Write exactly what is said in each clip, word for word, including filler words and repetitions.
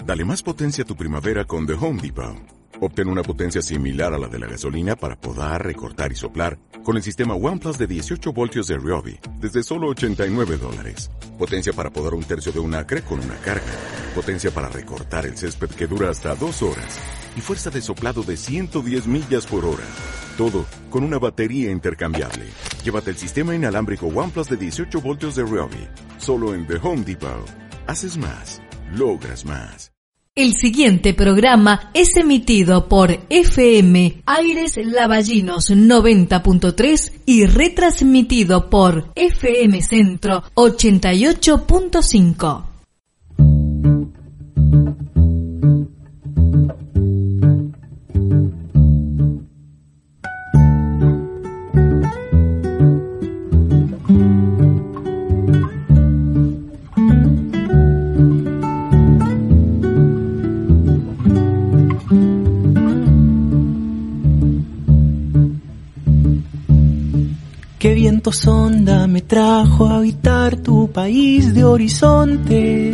Dale más potencia a tu primavera con The Home Depot. Obtén una potencia similar a la de la gasolina para podar, recortar y soplar con el sistema OnePlus de dieciocho voltios de Ryobi desde solo ochenta y nueve dólares. Potencia para podar un tercio de un acre con una carga. Potencia para recortar el césped que dura hasta dos horas. Y fuerza de soplado de ciento diez millas por hora. Todo con una batería intercambiable. Llévate el sistema inalámbrico OnePlus de dieciocho voltios de Ryobi. Solo en The Home Depot. Haces más. Logras más. El siguiente programa es emitido por F M Aires Lavallinos noventa punto tres y retransmitido por F M Centro ochenta y ocho punto cinco. Qué viento sonda me trajo a habitar tu país de horizonte.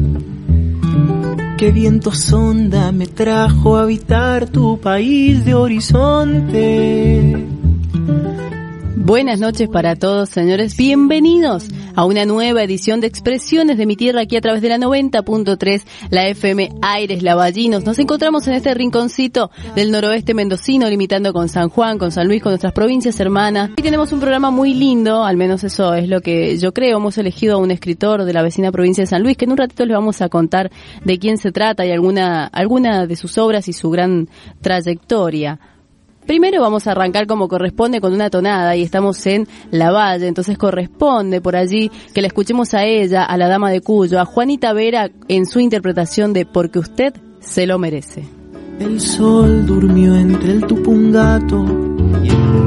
Qué viento sonda me trajo a habitar tu país de horizonte. Buenas noches para todos, señores. Bienvenidos a una nueva edición de Expresiones de mi tierra aquí a través de la noventa punto tres, la F M Aires Lavallinos. Nos encontramos en este rinconcito del noroeste mendocino, limitando con San Juan, con San Luis, con nuestras provincias hermanas. Y tenemos un programa muy lindo, al menos eso es lo que yo creo. Hemos elegido a un escritor de la vecina provincia de San Luis, que en un ratito les vamos a contar de quién se trata y alguna, alguna de sus obras y su gran trayectoria. Primero vamos a arrancar como corresponde con una tonada y estamos en La Valle, entonces corresponde por allí que la escuchemos a ella, a la dama de Cuyo, a Juanita Vera en su interpretación de Porque usted se lo merece. El sol durmió entre el tupungato y el...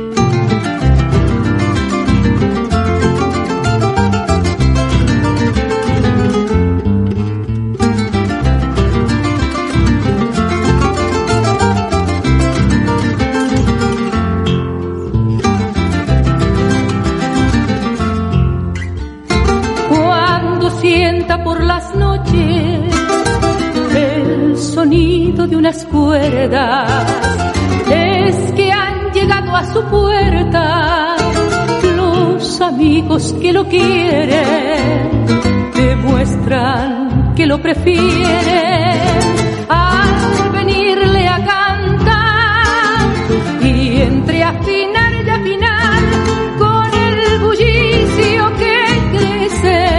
por las noches el sonido de unas cuerdas, es que han llegado a su puerta los amigos que lo quieren, demuestran que lo prefieren al venirle a cantar, y entre afinar y afinar con el bullicio que crece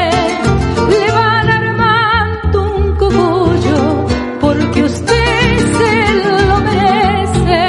porque usted se lo merece.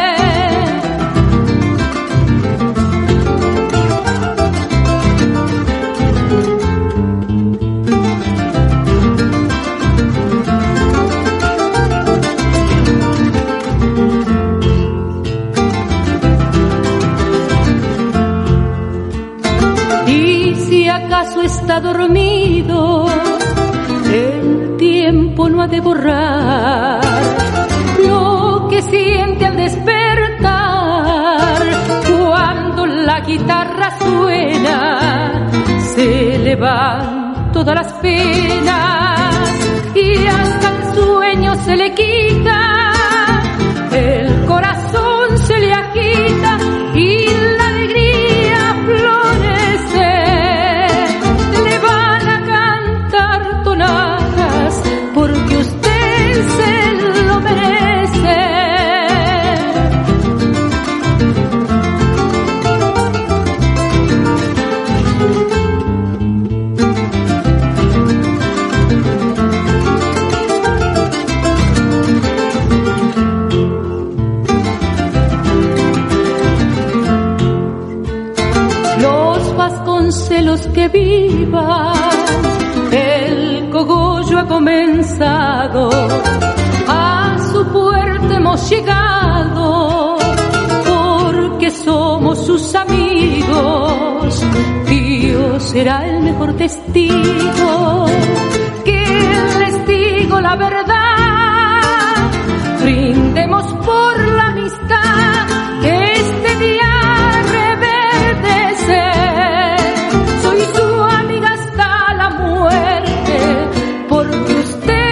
Y si acaso está dormido, el tiempo no ha de borrar lo que siente al despertar. Cuando la guitarra suena, se le van todas las penas y hasta el sueño se le quita, el corazón se le agita y la alegría florece. Le van a cantar tonadas porque usted se lo merece. Los Vasconcelos que vivan, el cogollo ha comenzado, a su puerta hemos llegado, porque somos sus amigos. Dios será el mejor testigo, que les digo la verdad. Brindemos por la amistad, que este día reverdece. Soy su amiga hasta la muerte, porque usted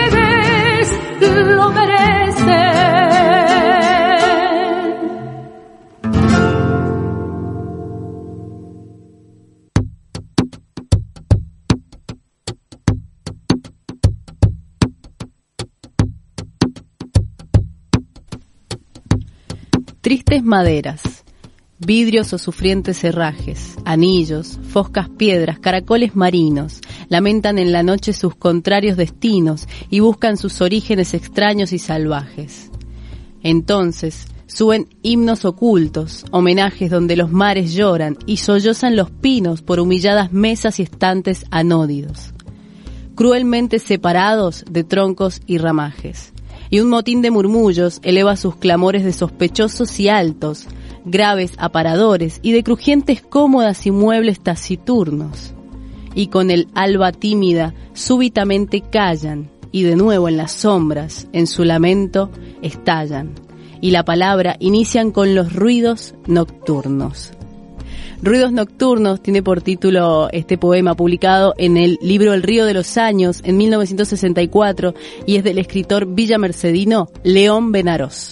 tristes maderas, vidrios o sufrientes herrajes, anillos, foscas piedras, caracoles marinos, lamentan en la noche sus contrarios destinos y buscan sus orígenes extraños y salvajes. Entonces suben himnos ocultos, homenajes donde los mares lloran y sollozan los pinos por humilladas mesas y estantes anódidos, cruelmente separados de troncos y ramajes. Y un motín de murmullos eleva sus clamores de sospechosos y altos, graves aparadores y de crujientes cómodas y muebles taciturnos. Y con el alba tímida súbitamente callan y de nuevo en las sombras, en su lamento, estallan. Y la palabra inician con los ruidos nocturnos. Ruidos Nocturnos tiene por título este poema publicado en el libro El río de los años en mil novecientos sesenta y cuatro y es del escritor villamercedino León Benarós.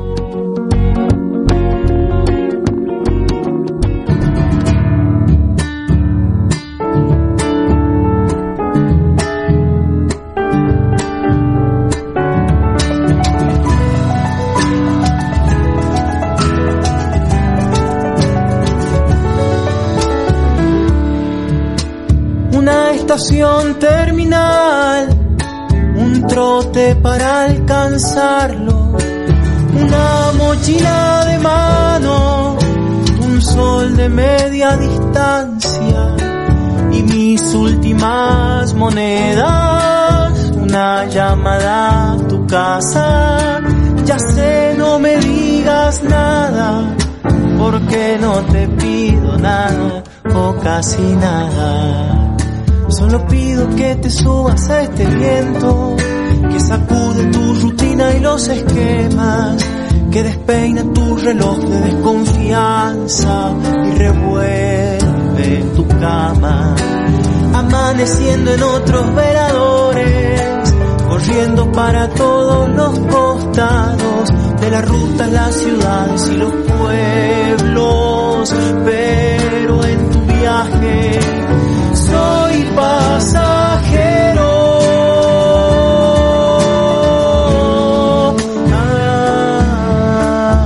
Estación terminal, un trote para alcanzarlo, una mochila de mano, un sol de media distancia y mis últimas monedas, una llamada a tu casa. Ya sé, no me digas nada, porque no te pido nada o casi nada. Solo pido que te subas a este viento que sacude tu rutina y los esquemas, que despeina tu reloj de desconfianza y revuelve tu cama, amaneciendo en otros veladores, corriendo para todos los costados de las rutas, las ciudades y los pueblos, pero en tu viaje soy pasajero. Ah.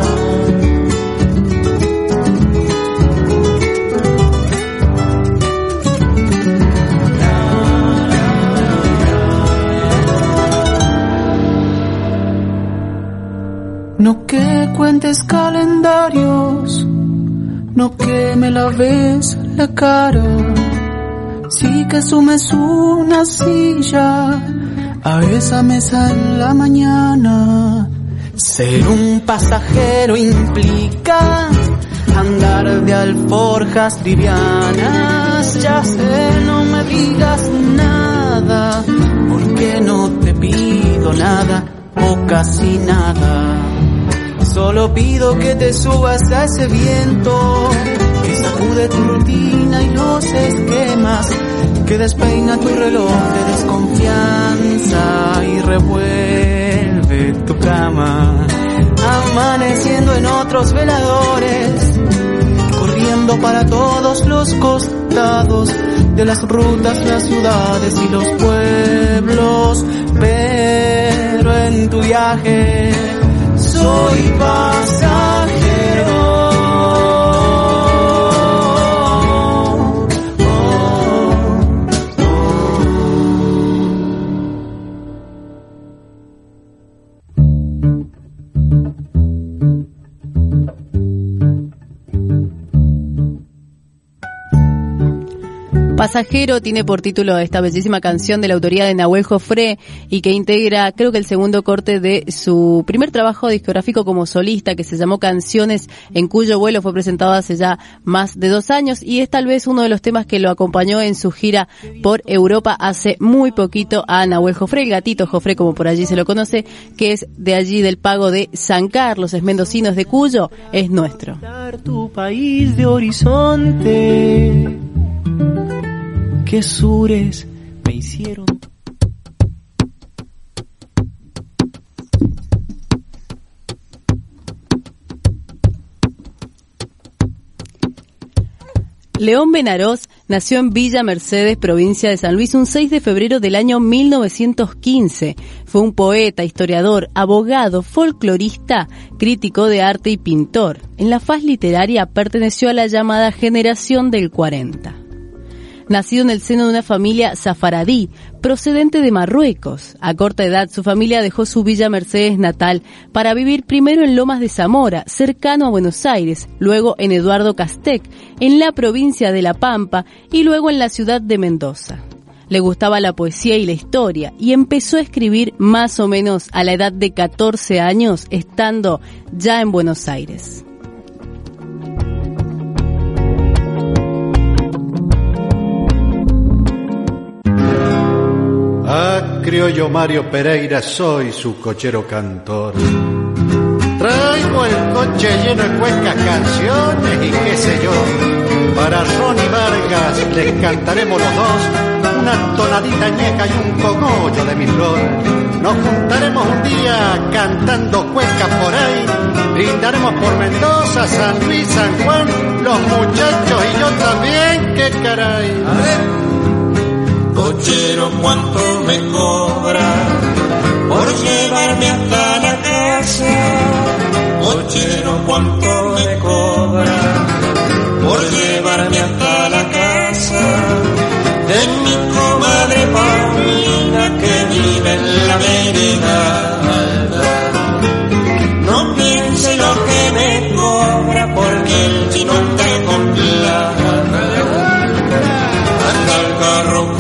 No que cuentes calendarios, no que me laves la cara. Sí que sumes una silla a esa mesa en la mañana. Ser un pasajero implica andar de alforjas livianas. Ya sé, no me digas nada, porque no te pido nada o casi nada. Solo pido que te subas a ese viento que sacude tu rutina y los esquemas, que despeina tu reloj de desconfianza y revuelve tu cama, amaneciendo en otros veladores, corriendo para todos los costados de las rutas, las ciudades y los pueblos, pero en tu viaje soy pasajero. Pasajero tiene por título esta bellísima canción de la autoría de Nahuel Jofré y que integra, creo que el segundo corte de su primer trabajo discográfico como solista, que se llamó Canciones, en cuyo vuelo fue presentado hace ya más de dos años y es tal vez uno de los temas que lo acompañó en su gira por Europa hace muy poquito a Nahuel Jofré, el gatito Jofré como por allí se lo conoce, que es de allí del pago de San Carlos, es mendocino, de Cuyo, es nuestro. Tu país de horizonte, que sures me hicieron. León Benarós nació en Villa Mercedes, provincia de San Luis, un seis de febrero del año mil novecientos quince. Fue un poeta, historiador, abogado, folclorista, crítico de arte y pintor. En la faz literaria perteneció a la llamada generación del cuarenta. Nacido en el seno de una familia safaradí, procedente de Marruecos. A corta edad, su familia dejó su Villa Mercedes natal para vivir primero en Lomas de Zamora, cercano a Buenos Aires, luego en Eduardo Castec, en la provincia de La Pampa, y luego en la ciudad de Mendoza. Le gustaba la poesía y la historia, y empezó a escribir más o menos a la edad de catorce años, estando ya en Buenos Aires. Ah, criollo Mario Pereira, soy su cochero cantor. Traigo el coche lleno de cuecas, canciones y qué sé yo. Para Ronnie Vargas les cantaremos los dos una tonadita añeja y un cogollo de mi flor. Nos juntaremos un día cantando cuecas por ahí. Brindaremos por Mendoza, San Luis, San Juan, los muchachos y yo también, qué caray. A ver. Cochero, ¿cuánto me cobra por llevarme hasta la casa? Cochero, ¿cuánto me cobra por llevarme hasta la casa de mi comadre Paulina que vive en la vereda? No piense lo que me cobra porque el chino anda con plata. Anda el carro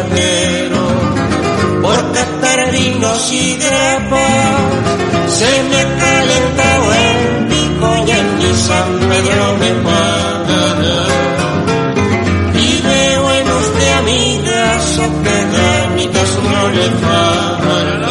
por captar vinos y grapas, se me ha calentado el pico y en mi San Pedro me paga. Y veo en usted, amigas, que ganitas no le falta.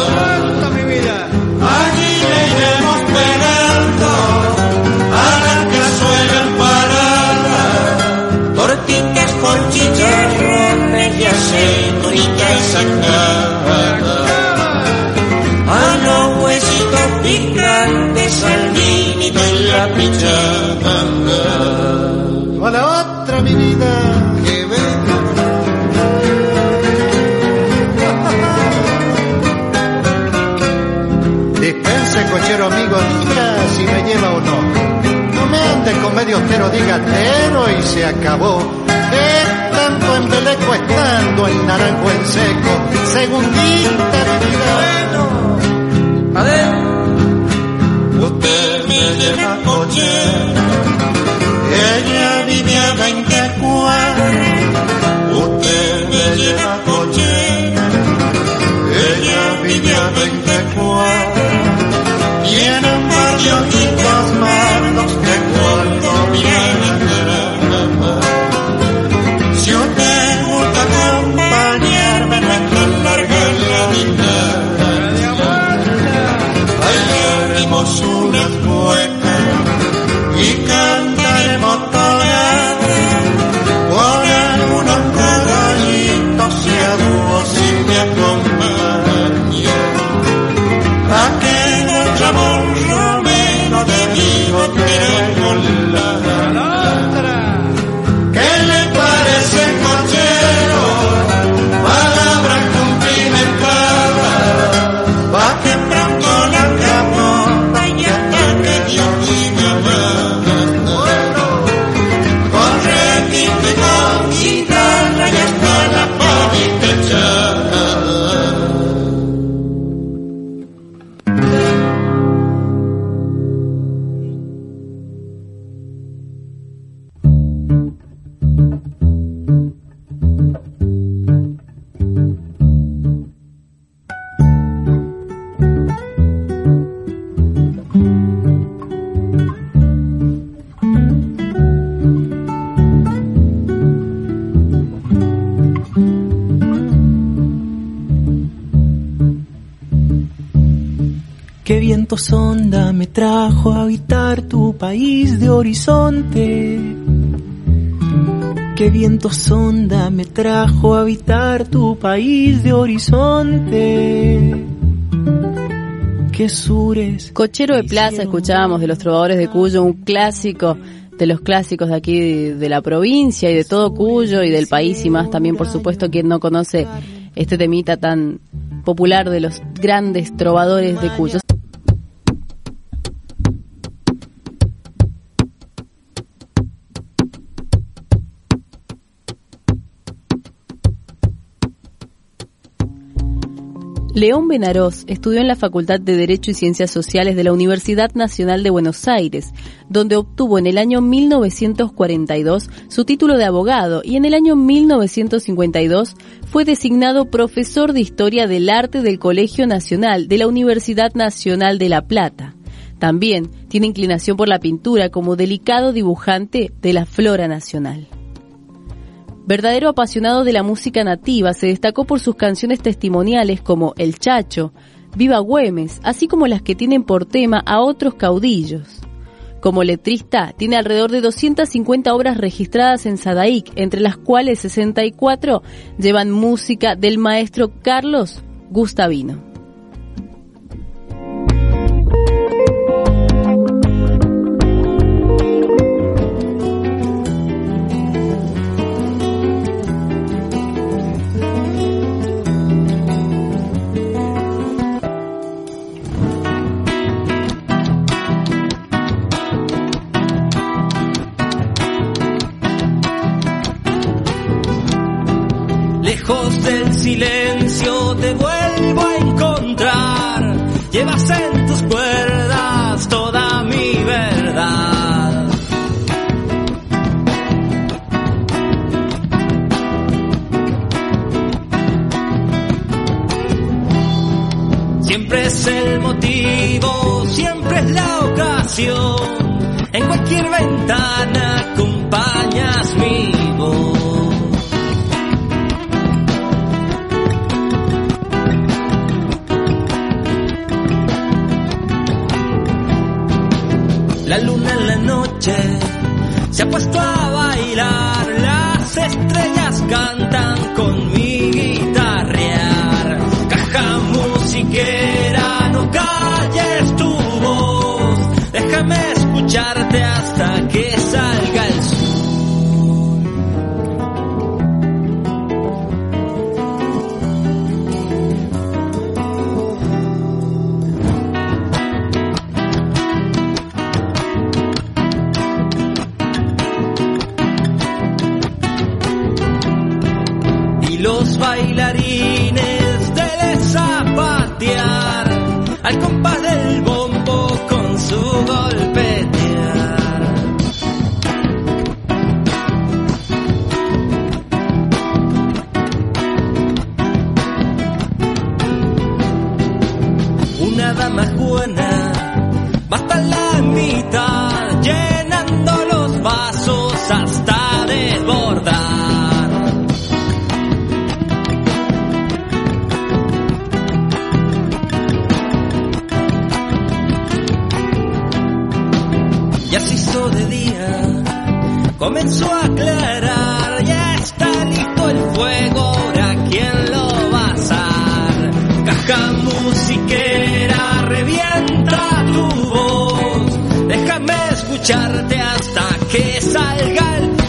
Allí le iremos pegando a la cazuela empanada, tortitas con chicharrones y aceitunitas sacadas, a los huesitos picantes, al vinito y la pichanga. A la otra, mi vida, que venga. Dispense, cochero amigo, diga si me lleva o no. No me ande con medio tero, diga tero y se acabó. De tanto embeleco estando en naranjo en seco, segundita mi vida. Bueno, a ver. Usted me lleva cochero, ella vive a veinte cuadras. Usted me lleva cochero, ella vive a veinte cuadras. Tienen varios hijos malos que cuando vienen atrás. Si usted gusta acompañarme, no es tan larga la distancia. Bailaremos unas cuecas y cantaremos tonadas con algunos corallitos y a dúo si me acompaña. Aquel amor romero de vivo tenemos la otra. ¿Qué le parece, cochero? Palabra cumplimentada, pa' que pronto la capota y hasta que Dios diga más. Con requinto y con guitarra y hasta la pavita echada. Qué viento sonda me trajo a habitar tu país de horizonte. Qué viento sonda me trajo a habitar tu país de horizonte. Qué sures. Cochero de Plaza, escuchábamos de los Trovadores de Cuyo, un clásico de los clásicos de aquí de, de la provincia y de todo Cuyo y del país y más también, por supuesto, quien no conoce este temita tan popular de los grandes trovadores de Cuyo. León Benarós estudió en la Facultad de Derecho y Ciencias Sociales de la Universidad Nacional de Buenos Aires, donde obtuvo en el año mil novecientos cuarenta y dos su título de abogado y en el año mil novecientos cincuenta y dos fue designado profesor de Historia del Arte del Colegio Nacional de la Universidad Nacional de La Plata. También tiene inclinación por la pintura como delicado dibujante de la flora nacional. Verdadero apasionado de la música nativa, se destacó por sus canciones testimoniales como El Chacho, Viva Güemes, así como las que tienen por tema a otros caudillos. Como letrista, tiene alrededor de doscientas cincuenta obras registradas en Sadaic, entre las cuales sesenta y cuatro llevan música del maestro Carlos Gustavino. Lejos del silencio te vuelvo a encontrar, llevas en tus cuerdas toda mi verdad. Siempre es el motivo, siempre es la ocasión, en cualquier ventana acompañas mi voz. La luna en la noche se ha puesto a bailar, las estrellas cantan con mi guitarrear. Caja musiquera, no calles tu voz, déjame escucharte hasta que salga el sol. Los bailarines deben zapatear al compás del bombo con su golpetear. Una dama buena basta la mitad, llenando los vasos hasta desbordar. De día comenzó a aclarar, ya está listo el fuego, ahora quién lo va a asar. Caja musiquera, revienta tu voz, déjame escucharte hasta que salga el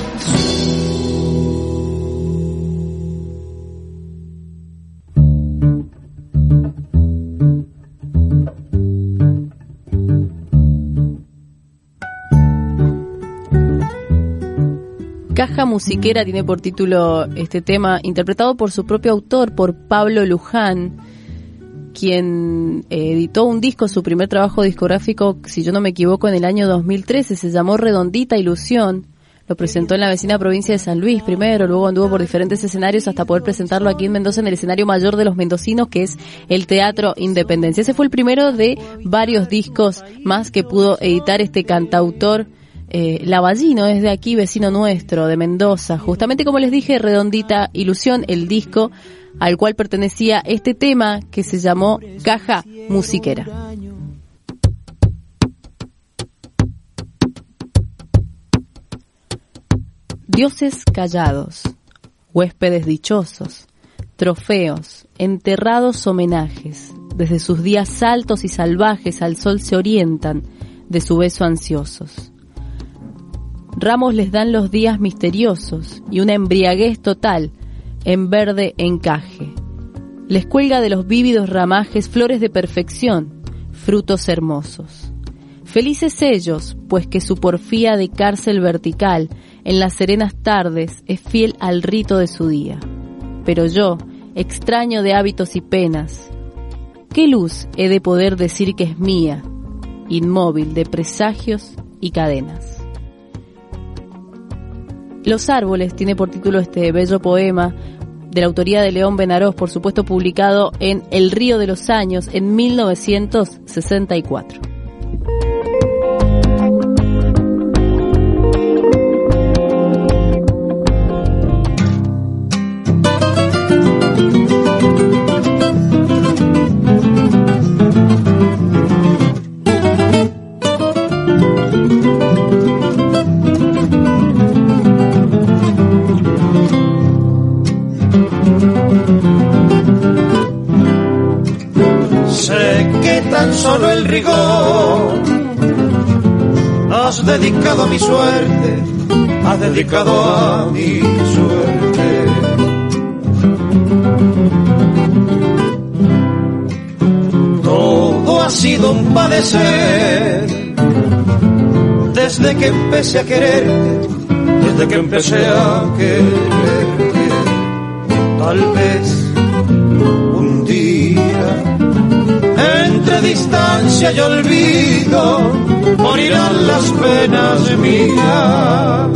Caja musiquera tiene por título este tema, interpretado por su propio autor, por Pablo Luján, quien editó un disco, su primer trabajo discográfico, si yo no me equivoco, en el año dos mil trece, se llamó Redondita Ilusión. Lo presentó en la vecina provincia de San Luis primero, luego anduvo por diferentes escenarios hasta poder presentarlo aquí en Mendoza, en el escenario mayor de los mendocinos, que es el Teatro Independencia. Ese fue el primero de varios discos más que pudo editar este cantautor Eh, lavallino, es de aquí, vecino nuestro, de Mendoza. Justamente como les dije, Redondita Ilusión, el disco al cual pertenecía este tema que se llamó Caja Musiquera. Dioses callados, huéspedes dichosos, trofeos, enterrados homenajes, desde sus días altos y salvajes al sol se orientan, de su beso ansiosos. Ramos les dan los días misteriosos y una embriaguez total en verde encaje. Les cuelga de los vívidos ramajes flores de perfección, frutos hermosos. Felices ellos, pues que su porfía de cárcel vertical en las serenas tardes es fiel al rito de su día. Pero yo, extraño de hábitos y penas, ¿qué luz he de poder decir que es mía, inmóvil de presagios y cadenas? Los árboles tiene por título este bello poema de la autoría de León Benarós, por supuesto publicado en El Río de los Años en mil novecientos sesenta y cuatro. Solo el rigor has dedicado a mi suerte, has dedicado a mi suerte. Todo ha sido un padecer desde que empecé a quererte, desde que empecé a quererte. Tal vez un día entre distancia y olvido morirán las penas mías.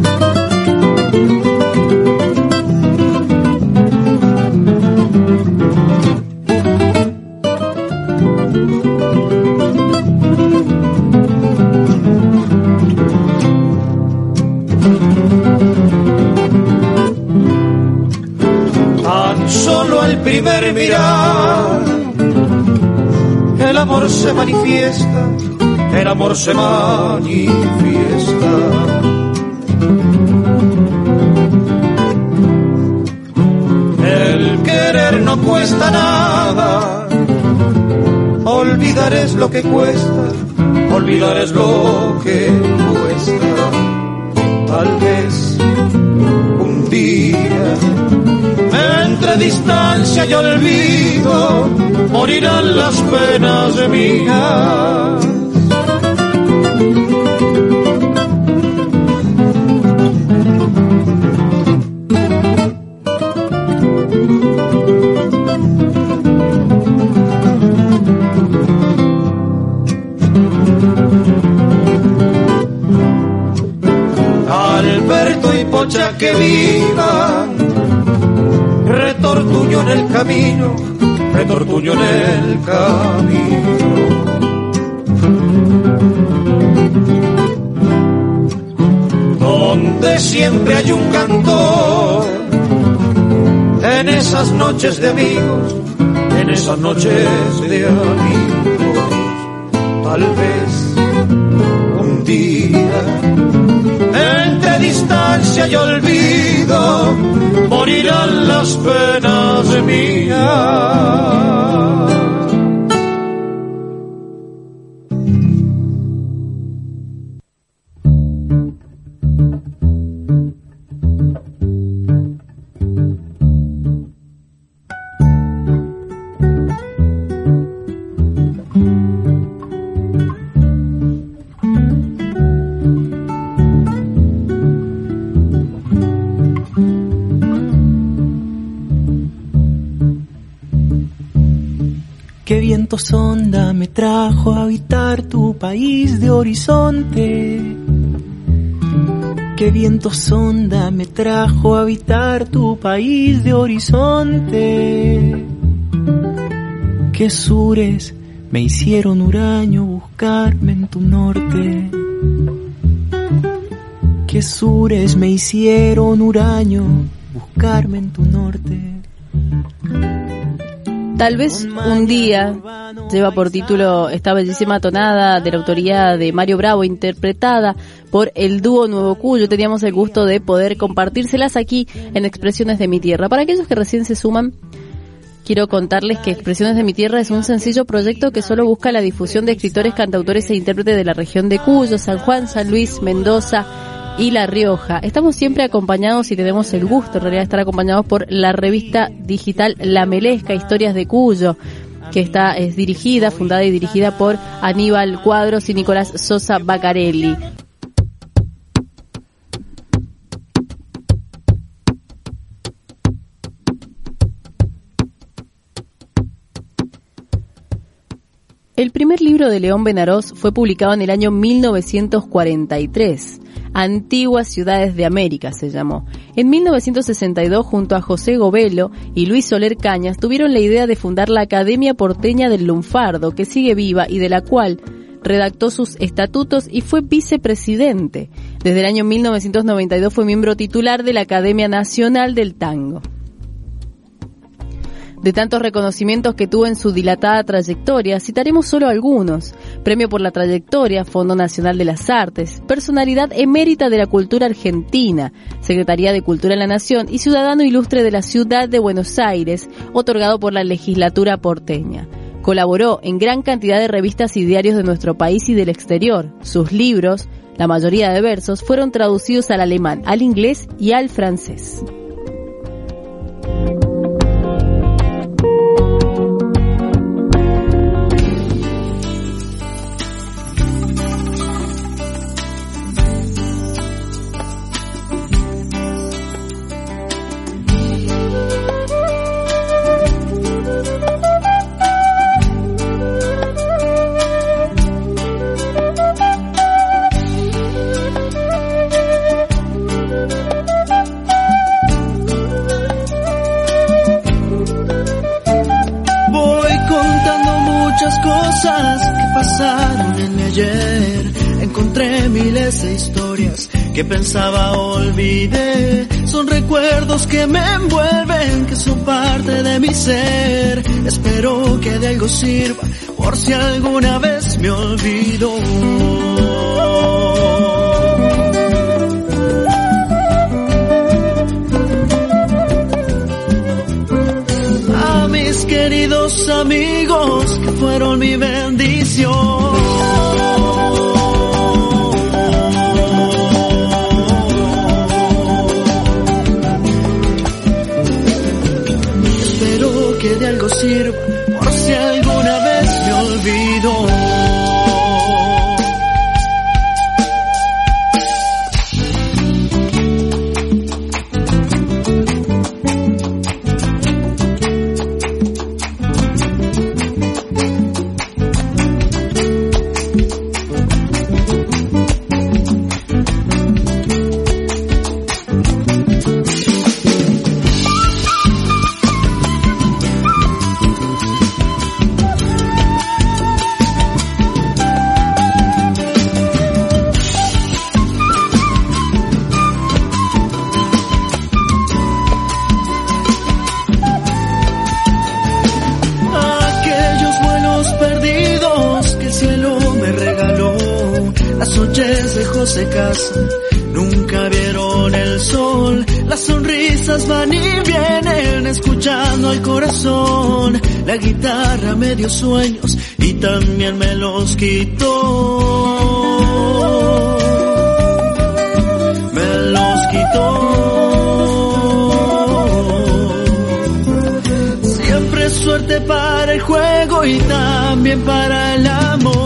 Tan solo al primer mirar el amor se manifiesta, el amor se manifiesta. El querer no cuesta nada, olvidar es lo que cuesta, olvidar es lo que cuesta. Tal vez un día entre distancia y olvido morirán las penas mías. Alberto y Pocha que vivan, retortuño en el camino, retortuño en el camino. Donde siempre hay un cantor, en esas noches de amigos, en esas noches de amigos. Tal vez un día entre distancia y olvido morirán las penas mías. Qué viento sonda me trajo a habitar tu país de horizonte. Qué viento sonda me trajo a habitar tu país de horizonte. Qué sures me hicieron huraño buscarme en tu norte. Qué sures me hicieron huraño buscarme en tu norte. Tal vez un día lleva por título esta bellísima tonada de la autoría de Mario Bravo, interpretada por el dúo Nuevo Cuyo. Teníamos el gusto de poder compartírselas aquí en Expresiones de mi Tierra. Para aquellos que recién se suman, quiero contarles que Expresiones de mi Tierra es un sencillo proyecto que solo busca la difusión de escritores, cantautores e intérpretes de la región de Cuyo, San Juan, San Luis, Mendoza, y La Rioja. Estamos siempre acompañados y tenemos el gusto en realidad de estar acompañados por la revista digital La Melesca, Historias de Cuyo, que está es dirigida, fundada y dirigida por Aníbal Cuadros y Nicolás Sosa Baccarelli. El primer libro de León Benarós fue publicado en el año mil novecientos cuarenta y tres. Antiguas Ciudades de América se llamó. En mil novecientos sesenta y dos, junto a José Govelo y Luis Soler Cañas, tuvieron la idea de fundar la Academia Porteña del Lunfardo, que sigue viva y de la cual redactó sus estatutos y fue vicepresidente. Desde el año mil novecientos noventa y dos fue miembro titular de la Academia Nacional del Tango. De tantos reconocimientos que tuvo en su dilatada trayectoria, citaremos solo algunos: Premio por la Trayectoria, Fondo Nacional de las Artes, Personalidad Emérita de la Cultura Argentina, Secretaría de Cultura en la Nación y Ciudadano Ilustre de la Ciudad de Buenos Aires, otorgado por la legislatura porteña. Colaboró en gran cantidad de revistas y diarios de nuestro país y del exterior. Sus libros, la mayoría de versos, fueron traducidos al alemán, al inglés y al francés. Encontré miles de historias que pensaba olvidé. Son recuerdos que me envuelven, que son parte de mi ser. Espero que de algo sirva por si alguna vez me olvido. A mis queridos amigos que fueron mi bendición. De algo sirva por si alguna vez me olvido. Se casan, nunca vieron el sol. Las sonrisas van y vienen, escuchando al corazón. La guitarra me dio sueños y también me los quitó. Me los quitó. Siempre suerte para el juego y también para el amor.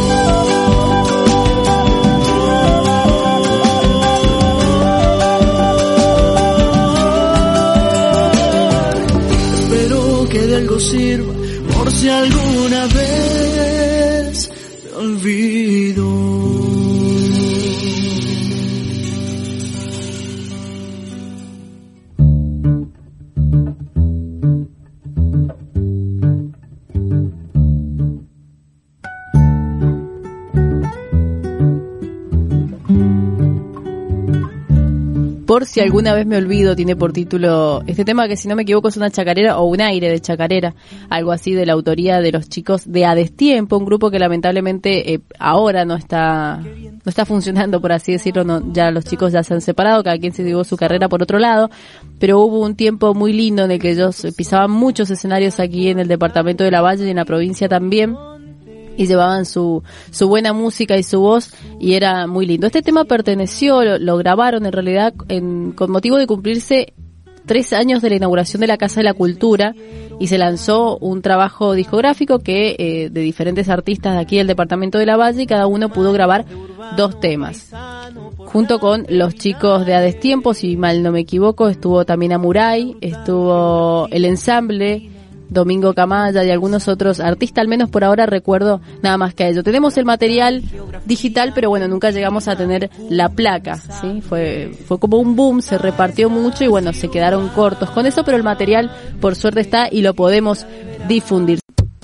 Algo sirva por si alguna vez me olvido. Por si alguna vez me olvido, tiene por título este tema, que si no me equivoco es una chacarera o un aire de chacarera, algo así, de la autoría de los chicos de A Destiempo, un grupo que lamentablemente eh, ahora no está no está funcionando, por así decirlo. No, ya los chicos ya se han separado, cada quien se llevó su carrera por otro lado, pero hubo un tiempo muy lindo en el que ellos pisaban muchos escenarios aquí en el departamento de La Valle y en la provincia también. y llevaban su su buena música y su voz, y era muy lindo. Este tema perteneció, lo, lo grabaron en realidad en, con motivo de cumplirse tres años de la inauguración de la Casa de la Cultura, y se lanzó un trabajo discográfico que eh, de diferentes artistas de aquí del departamento de La Valle, y cada uno pudo grabar dos temas. Junto con los chicos de A Destiempo, si mal no me equivoco, estuvo también Amuray, estuvo el ensamble, Domingo Camaya y algunos otros artistas, al menos por ahora recuerdo nada más que a ello. Tenemos el material digital, pero bueno, nunca llegamos a tener la placa, ¿sí? Fue, fue como un boom, se repartió mucho y bueno, se quedaron cortos con eso, pero el material por suerte está y lo podemos difundir.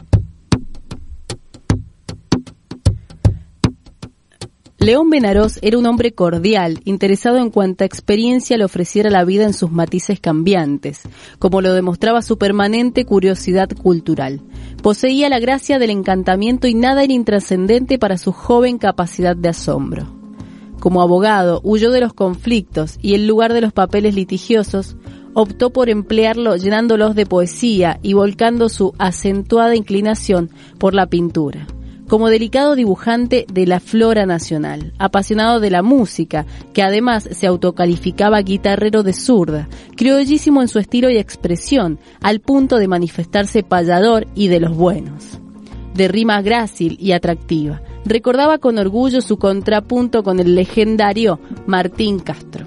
León Benarós era un hombre cordial, interesado en cuanta experiencia le ofreciera la vida en sus matices cambiantes, como lo demostraba su permanente curiosidad cultural. Poseía la gracia del encantamiento y nada era intrascendente para su joven capacidad de asombro. Como abogado, huyó de los conflictos y en lugar de los papeles litigiosos, optó por emplearlo llenándolos de poesía y volcando su acentuada inclinación por la pintura. Como delicado dibujante de la flora nacional, apasionado de la música, que además se autocalificaba guitarrero de zurda, criollísimo en su estilo y expresión, al punto de manifestarse payador y de los buenos. De rima grácil y atractiva, recordaba con orgullo su contrapunto con el legendario Martín Castro.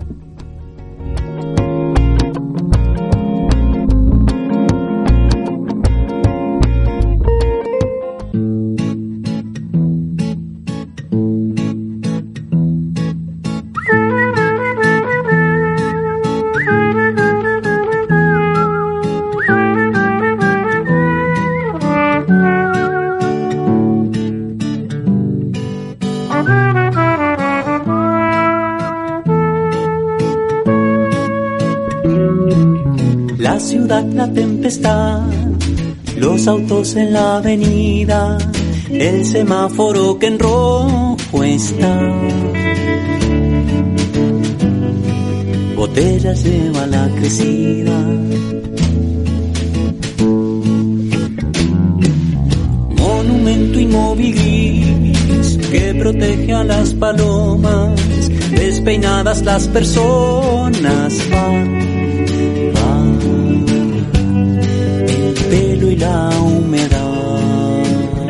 La ciudad, la tempestad, los autos en la avenida, el semáforo que en rojo está. Botellas lleva la crecida. Monumento inmóvil gris que protege a las palomas, despeinadas las personas van. Pelo y la humedad,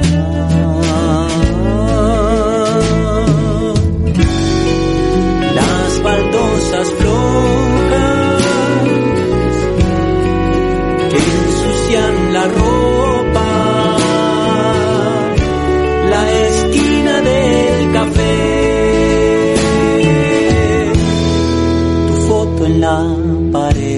las baldosas flojas que ensucian la ropa, la esquina del café, tu foto en la pared.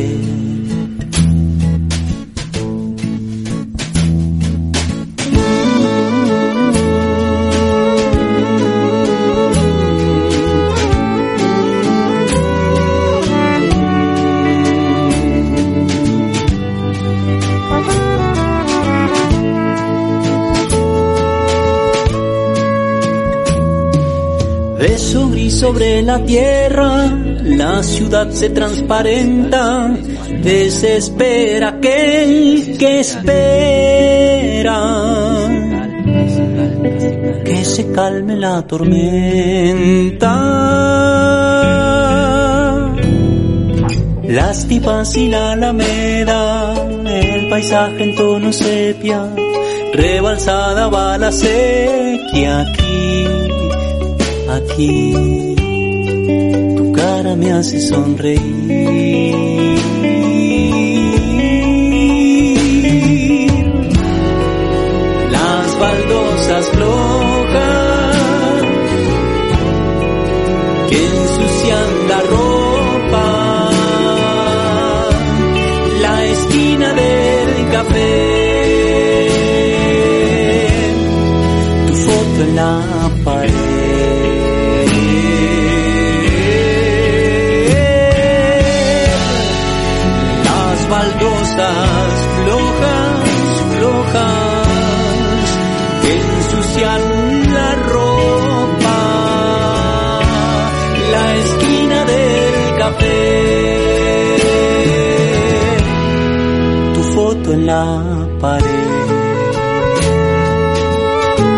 Beso gris sobre la tierra, la ciudad se transparenta, desespera aquel que espera que se calme la tormenta. Las tipas y la alameda, el paisaje en tono sepia, rebalsada va la sequía aquí. Aquí, tu cara me hace sonreír. Las baldosas flojas que ensucian la ropa, la esquina del café, tu foto en la pared. Baldosas flojas, flojas, que ensucian la ropa, la esquina del café, tu foto en la pared.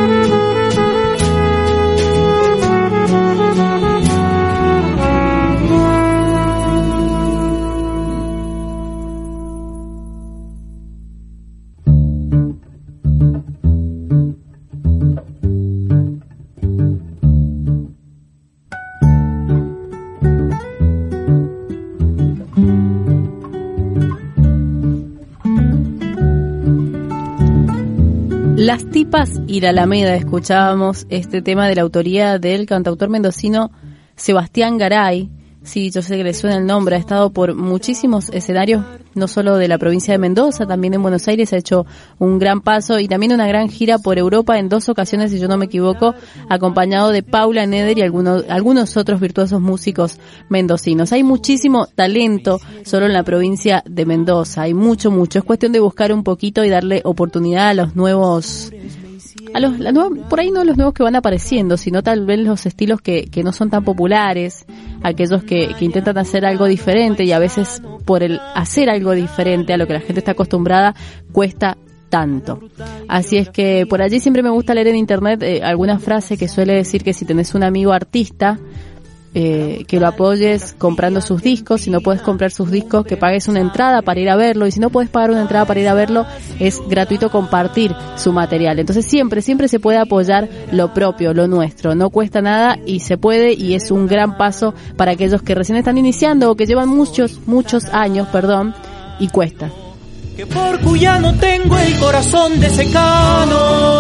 Las tipas y la Alameda, escuchábamos este tema de la autoría del cantautor mendocino Sebastián Garay. Sí, yo sé que le suena el nombre, ha estado por muchísimos escenarios, no solo de la provincia de Mendoza, también en Buenos Aires ha hecho un gran paso y también una gran gira por Europa en dos ocasiones, si yo no me equivoco, acompañado de Paula Neder y algunos, algunos otros virtuosos músicos mendocinos. Hay muchísimo talento solo en la provincia de Mendoza, hay mucho, mucho. Es cuestión de buscar un poquito y darle oportunidad a los nuevos... A los, la nueva, por ahí no los nuevos que van apareciendo, sino tal vez los estilos que, que no son tan populares, aquellos que, que intentan hacer algo diferente y a veces por el hacer algo diferente a lo que la gente está acostumbrada cuesta tanto. Así es que por allí siempre me gusta leer en internet eh, alguna frase que suele decir que si tenés un amigo artista, Eh, que lo apoyes comprando sus discos. Si no puedes comprar sus discos, que pagues una entrada para ir a verlo, y si no puedes pagar una entrada para ir a verlo, es gratuito compartir su material. Entonces siempre, siempre se puede apoyar lo propio, lo nuestro, no cuesta nada y se puede, y es un gran paso para aquellos que recién están iniciando o que llevan muchos, muchos años, perdón, y cuesta. Que por cuyano tengo el corazón de secano.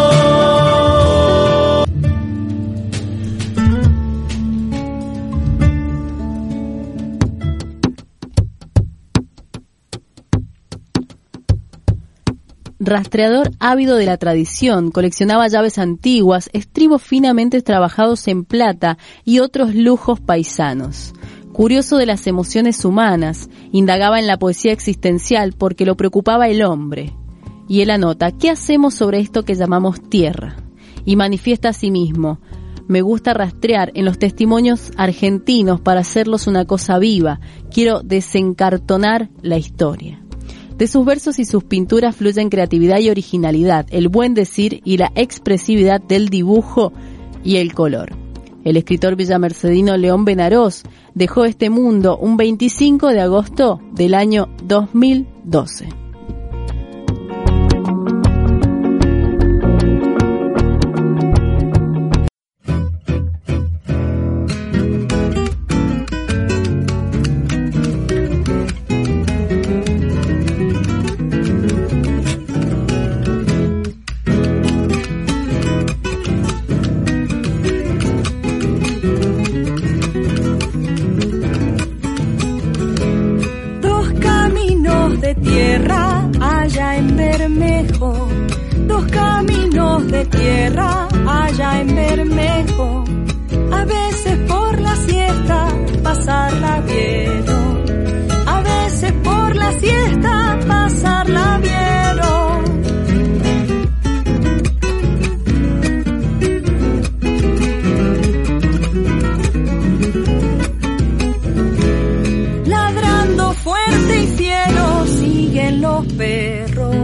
Rastreador ávido de la tradición, coleccionaba llaves antiguas, estribos finamente trabajados en plata y otros lujos paisanos. Curioso de las emociones humanas, indagaba en la poesía existencial porque lo preocupaba el hombre. Y él anota, ¿qué hacemos sobre esto que llamamos tierra? Y manifiesta a sí mismo, me gusta rastrear en los testimonios argentinos para hacerlos una cosa viva, quiero desencartonar la historia. De sus versos y sus pinturas fluyen creatividad y originalidad, el buen decir y la expresividad del dibujo y el color. El escritor villamercedino León Benarós dejó este mundo un veinticinco de agosto del año dos mil doce. Perros.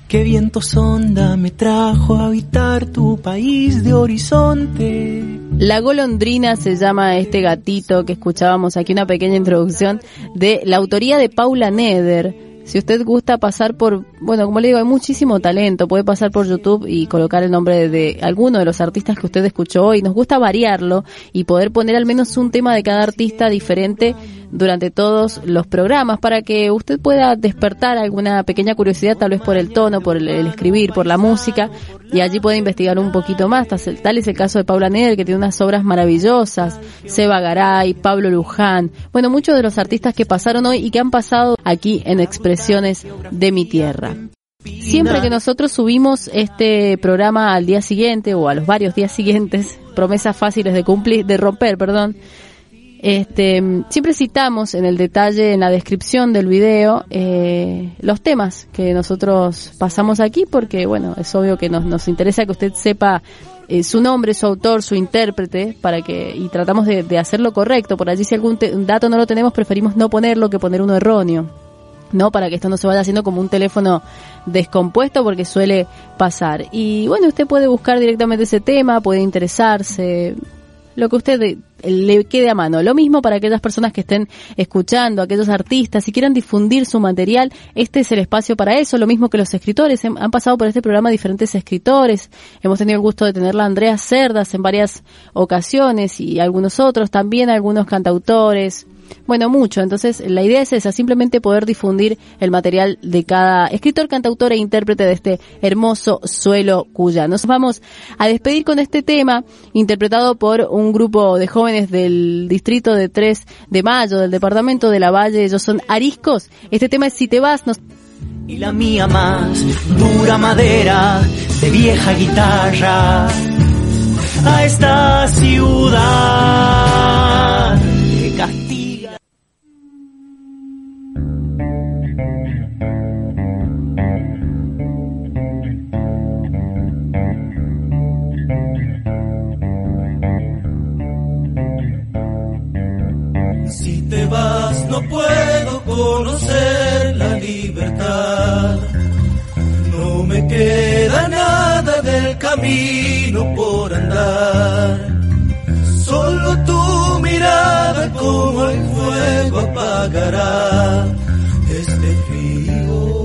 qué viento sonda me trajo a habitar tu país de horizonte. La golondrina se llama este gatito que escuchábamos aquí, una pequeña introducción de la autoría de Paula Neder. Si usted gusta pasar por, bueno, como le digo, hay muchísimo talento, puede pasar por YouTube y colocar el nombre de, de alguno de los artistas que usted escuchó hoy. Nos gusta variarlo y poder poner al menos un tema de cada artista diferente durante todos los programas para que usted pueda despertar alguna pequeña curiosidad, tal vez por el tono, por el, el escribir, por la música, y allí puede investigar un poquito más. Tal es el caso de Paula Neder, que tiene unas obras maravillosas, Seba Garay, Pablo Luján, bueno, muchos de los artistas que pasaron hoy y que han pasado aquí en Expresiones de mi Tierra. Siempre que nosotros subimos este programa al día siguiente o a los varios días siguientes, promesas fáciles de cumplir, de romper, perdón, Este, siempre citamos en el detalle, en la descripción del video, eh, los temas que nosotros pasamos aquí, porque bueno, es obvio que nos, nos interesa que usted sepa eh, su nombre, su autor, su intérprete, para que, y tratamos de, de hacerlo correcto. Por allí si algún te, un dato no lo tenemos, preferimos no ponerlo que poner uno erróneo, ¿no? Para que esto no se vaya haciendo como un teléfono descompuesto, porque suele pasar. Y bueno, usted puede buscar directamente ese tema, puede interesarse, lo que usted le quede a mano. Lo mismo para aquellas personas que estén escuchando, aquellos artistas, si quieran difundir su material, este es el espacio para eso. Lo mismo que los escritores, han pasado por este programa diferentes escritores, hemos tenido el gusto de tenerla Andrea Cerdas en varias ocasiones y algunos otros también, algunos cantautores, bueno, mucho. Entonces la idea es esa, simplemente poder difundir el material de cada escritor, cantautor e intérprete de este hermoso suelo cuyano. Nos vamos a despedir con este tema interpretado por un grupo de jóvenes del distrito de tres de mayo, del departamento de La Valle. Ellos son Ariscos. Este tema es Si te vas. Nos... Y la mía más dura madera de vieja guitarra a esta ciudad que castiga. Si te vas no puedo conocer la libertad, no me queda nada del camino por andar, solo tu mirada como el fuego apagará este frío.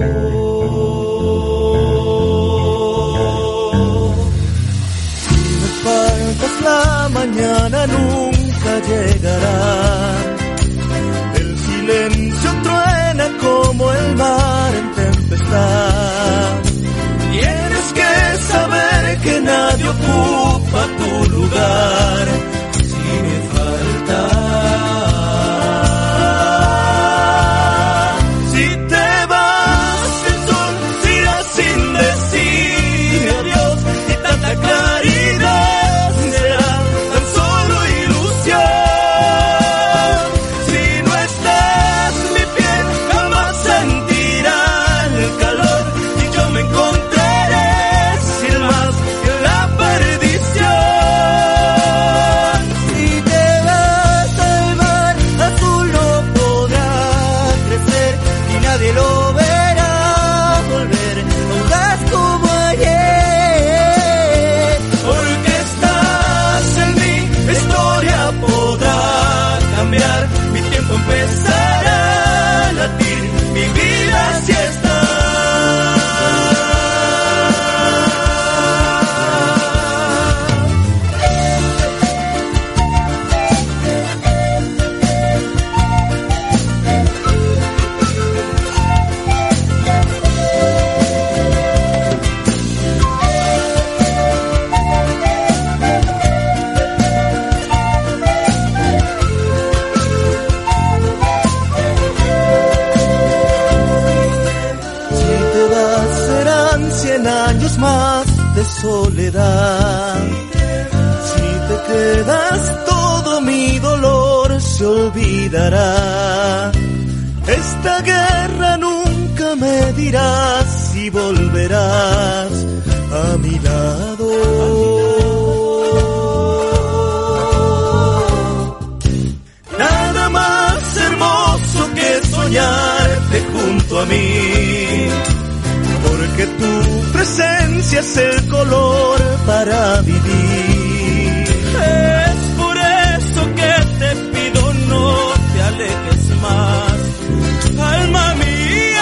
Si me faltas la mañana nunca llegará, el silencio truena como el mar en tempestad. Tienes que saber que nadie ocupa tu lugar si me faltas. Si te vas, el sol se irá sin decir adiós y tanta claridad será tan solo ilusión. Empezará a latir mi vida si está. Años más de soledad. Si te quedas, todo mi dolor se olvidará. Esta guerra nunca me dirás si volverás a mi lado. Nada más hermoso que soñarte junto a mí, porque que tu presencia es el color para vivir. Es por eso que te pido no te alejes más, alma mía.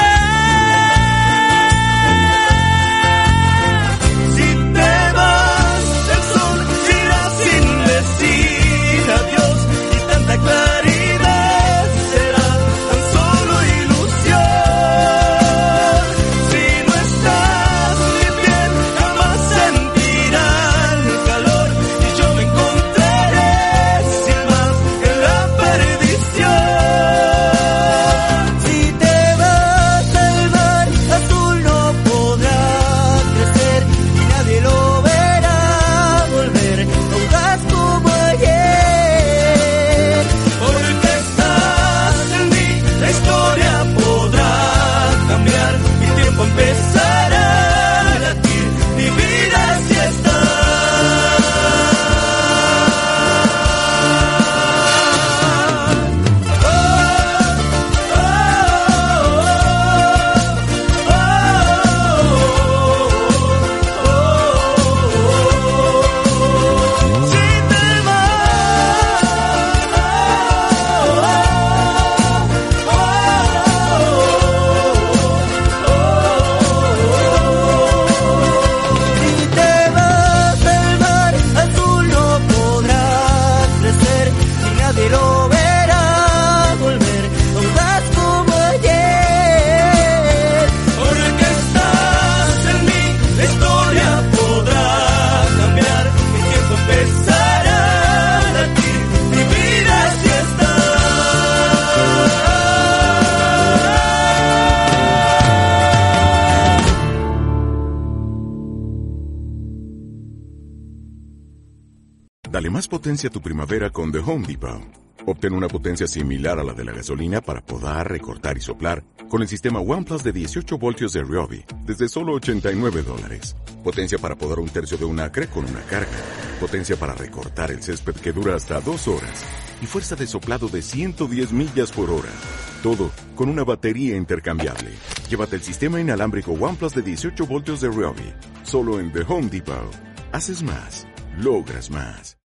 Dale más potencia a tu primavera con The Home Depot. Obtén una potencia similar a la de la gasolina para podar, recortar y soplar con el sistema OnePlus de dieciocho voltios de Ryobi desde solo ochenta y nueve dólares. Potencia para podar un tercio de un acre con una carga. Potencia para recortar el césped que dura hasta dos horas. Y fuerza de soplado de ciento diez millas por hora. Todo con una batería intercambiable. Llévate el sistema inalámbrico OnePlus de dieciocho voltios de Ryobi. Solo en The Home Depot. Haces más. Logras más.